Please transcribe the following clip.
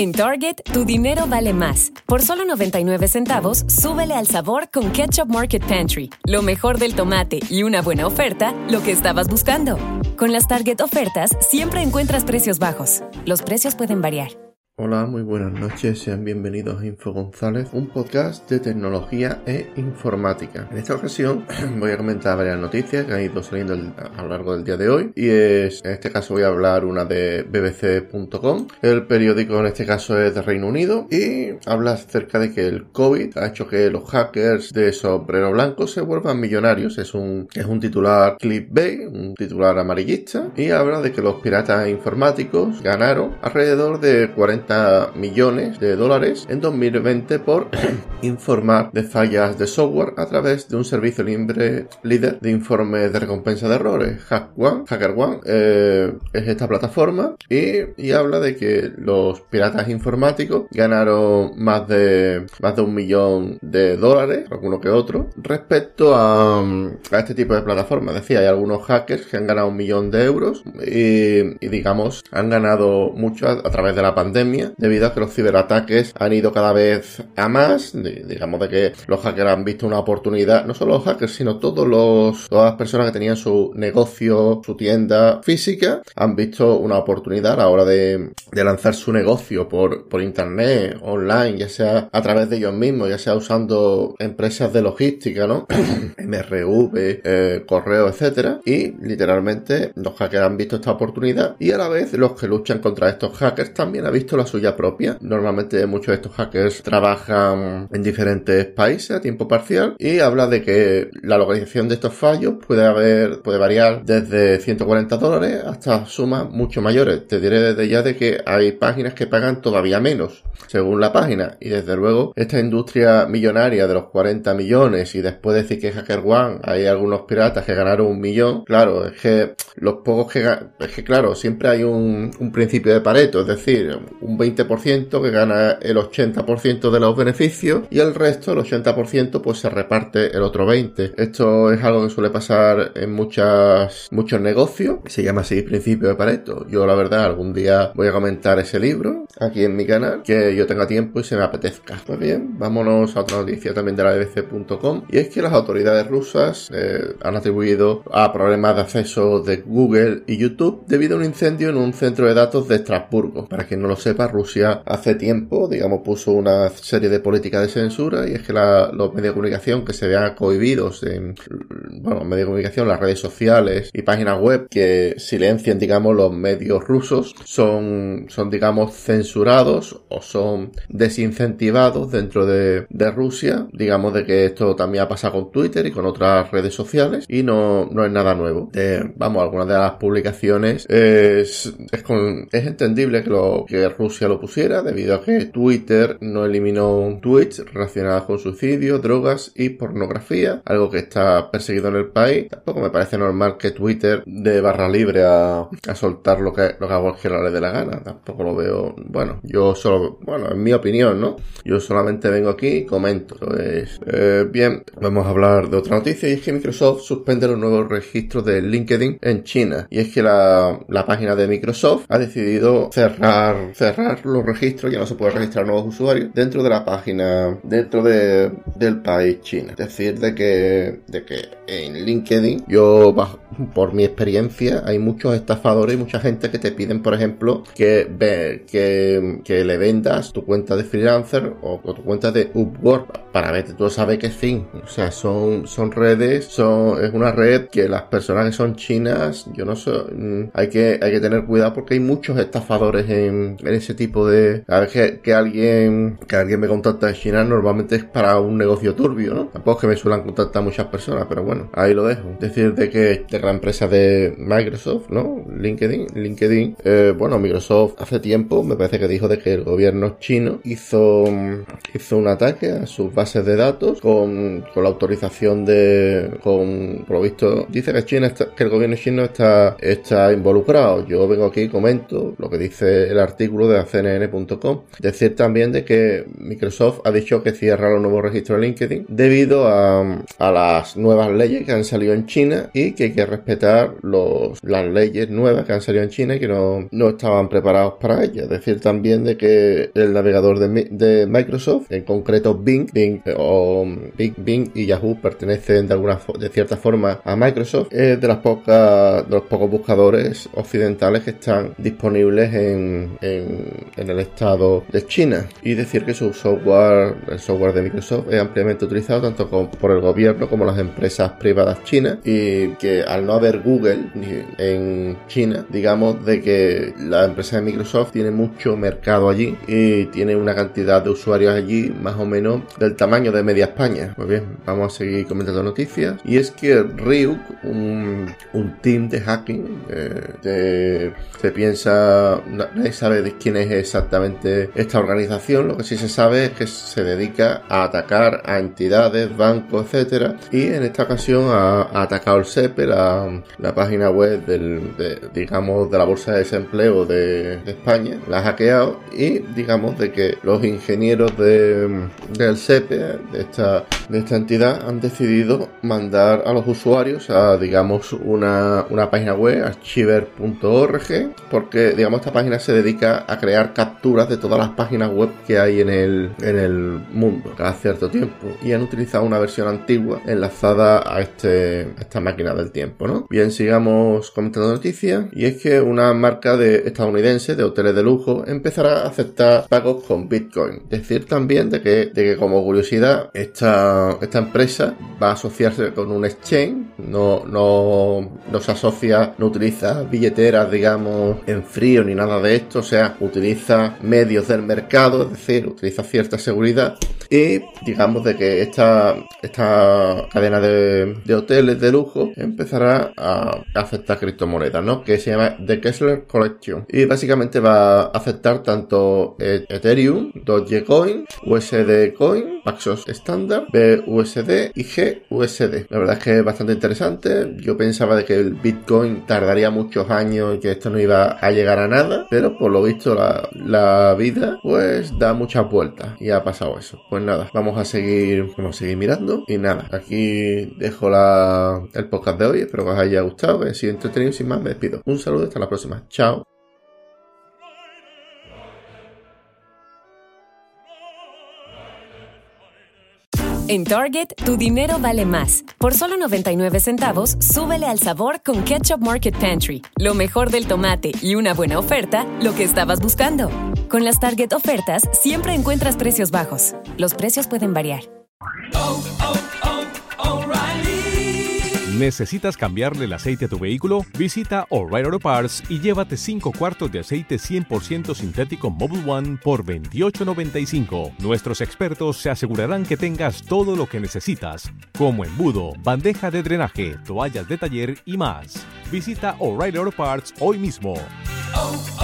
En Target, tu dinero vale más. Por solo 99 centavos, súbele al sabor con Ketchup Market Pantry. Lo mejor del tomate y una buena oferta, lo que estabas buscando. Con las Target ofertas, siempre encuentras precios bajos. Los precios pueden variar. Hola, muy buenas noches, sean bienvenidos a Info González, un podcast de tecnología e informática. En esta ocasión voy a comentar varias noticias que han ido saliendo a lo largo del día de hoy y en este caso voy a hablar una de bbc.com, el periódico en este caso es de Reino Unido y habla acerca de que el COVID ha hecho que los hackers de sombrero blanco se vuelvan millonarios. Es un titular clickbait, un titular amarillista y habla de que los piratas informáticos ganaron alrededor de 40 millones de dólares en 2020 por informar de fallas de software a través de un servicio líder de informes de recompensa de errores. HackerOne es esta plataforma y habla de que los piratas informáticos ganaron más de $1 millón, alguno que otro, respecto a este tipo de plataformas. Decía, hay algunos hackers que han ganado €1 millón y digamos, han ganado mucho a través de la pandemia, debido a que los ciberataques han ido cada vez a más. Digamos de que los hackers han visto una oportunidad, no solo los hackers, sino todas las personas que tenían su negocio, su tienda física, han visto una oportunidad a la hora de lanzar su negocio por internet, online, ya sea a través de ellos mismos, ya sea usando empresas de logística, ¿no? MRV, correo, etcétera, y literalmente los hackers han visto esta oportunidad y a la vez los que luchan contra estos hackers también han visto la suya propia. Normalmente muchos de estos hackers trabajan en diferentes países a tiempo parcial y habla de que la localización de estos fallos puede variar desde $140 hasta sumas mucho mayores. Te diré desde ya de que hay páginas que pagan todavía menos según la página y desde luego esta industria millonaria de los 40 millones y después decir que HackerOne hay algunos piratas que ganaron $1 millón, claro, es que los pocos claro, siempre hay un principio de Pareto, es decir, un 20% que gana el 80% de los beneficios y el resto, el 80%, pues se reparte el otro 20%. Esto es algo que suele pasar en muchos negocios, se llama así principio de Pareto. Yo la verdad algún día voy a comentar ese libro aquí en mi canal, que yo tenga tiempo y se me apetezca. Pues bien, vámonos a otra noticia también de la bbc.com y es que las autoridades rusas han atribuido a problemas de acceso de Google y YouTube debido a un incendio en un centro de datos de Estrasburgo. Para quien no lo sepa, Rusia hace tiempo, digamos, puso una serie de políticas de censura y es que los medios de comunicación que se vean cohibidos medios de comunicación, las redes sociales y páginas web que silencien, digamos, los medios rusos son digamos, censurados o son desincentivados dentro de Rusia. Digamos de que esto también ha pasado con Twitter y con otras redes sociales y no es nada nuevo. Algunas de las publicaciones es entendible que Rusia lo pusiera debido a que Twitter no eliminó tweets relacionados con suicidio, drogas y pornografía, algo que está perseguido en el país. Tampoco me parece normal que Twitter dé barra libre a soltar lo que a cualquiera le dé la gana. Tampoco lo veo, en mi opinión, ¿no? Yo solamente vengo aquí y comento. Bien, vamos a hablar de otra noticia y es que Microsoft suspende los nuevos registros de LinkedIn en China. Y es que la página de Microsoft ha decidido cerrar los registros, ya no se puede registrar nuevos usuarios dentro de la página, dentro del país China. Es decir, de que en LinkedIn, por mi experiencia, hay muchos estafadores y mucha gente que te piden, por ejemplo, que le vendas tu cuenta de freelancer o tu cuenta de Upwork para ver, tú sabes qué fin. O sea, son redes, es una red que las personas que son chinas, yo no sé, hay que tener cuidado porque hay muchos estafadores en ese tipo de... A ver, que alguien me contacta de China normalmente es para un negocio turbio, ¿no? Tampoco es que me suelen contactar muchas personas, pero bueno, ahí lo dejo. Decir de que de la empresa de Microsoft, ¿no? LinkedIn, Microsoft hace tiempo me parece que dijo de que el gobierno chino hizo un ataque a sus bases de datos con la autorización por lo visto, dice que el gobierno chino está involucrado. Yo vengo aquí y comento lo que dice el artículo de a CNN.com. Decir también de que Microsoft ha dicho que cierra los nuevos registros de LinkedIn debido a las nuevas leyes que han salido en China y que hay que respetar las leyes nuevas que han salido en China y que no estaban preparados para ellas. Decir también de que el navegador de Microsoft, en concreto Bing y Yahoo pertenecen de cierta forma a Microsoft, es de los pocos buscadores occidentales que están disponibles en el estado de China. Y decir que el software de Microsoft es ampliamente utilizado tanto por el gobierno como las empresas privadas chinas, y que al no haber Google en China, digamos de que la empresa de Microsoft tiene mucho mercado allí y tiene una cantidad de usuarios allí más o menos del tamaño de media España. Pues bien, vamos a seguir comentando noticias, y es que Ryuk, un team de hacking, se piensa, nadie sabe de quién es exactamente esta organización. Lo que sí se sabe es que se dedica a atacar a entidades, bancos, etcétera, y en esta ocasión ha atacado el SEPE, la página web de la bolsa de desempleo de España. La ha hackeado, y digamos de que los ingenieros del SEPE, de esta entidad, han decidido mandar a los usuarios a, digamos, una página web, archiver.org, porque, digamos, esta página se dedica a crear capturas de todas las páginas web que hay en el mundo cada cierto tiempo, y han utilizado una versión antigua enlazada a esta máquina del tiempo, ¿no? Bien, sigamos comentando noticias, y es que una marca estadounidense de hoteles de lujo empezará a aceptar pagos con Bitcoin. Decir también de que como curiosidad, esta empresa va a asociarse con un exchange, no se asocia, no utiliza billeteras, digamos, en frío ni nada de esto, o sea, utiliza medios del mercado, es decir, utiliza cierta seguridad, y digamos de que esta cadena de hoteles de lujo empezará a aceptar criptomonedas, ¿no? Que se llama The Kessler Collection, y básicamente va a aceptar tanto Ethereum, Dogecoin, USD Coin, Paxos Standard, BUSD y GUSD. La verdad es que es bastante interesante. Yo pensaba de que el Bitcoin tardaría muchos años y que esto no iba a llegar a nada, pero por lo visto la vida pues da muchas vueltas y ha pasado eso. Pues nada, vamos a seguir mirando, y nada, aquí dejo el podcast de hoy. Espero que os haya gustado, que haya sido entretenido. Sin más, me despido. Un saludo, hasta la próxima. Chao. En Target, tu dinero vale más. Por solo 99 centavos, súbele al sabor con Ketchup Market Pantry. Lo mejor del tomate y una buena oferta, lo que estabas buscando. Con las Target ofertas, siempre encuentras precios bajos. Los precios pueden variar. ¿Necesitas cambiarle el aceite a tu vehículo? Visita O'Reilly Auto Parts y llévate 5 cuartos de aceite 100% sintético Mobil One por $28.95. Nuestros expertos se asegurarán que tengas todo lo que necesitas, como embudo, bandeja de drenaje, toallas de taller y más. Visita O'Reilly Auto Parts hoy mismo.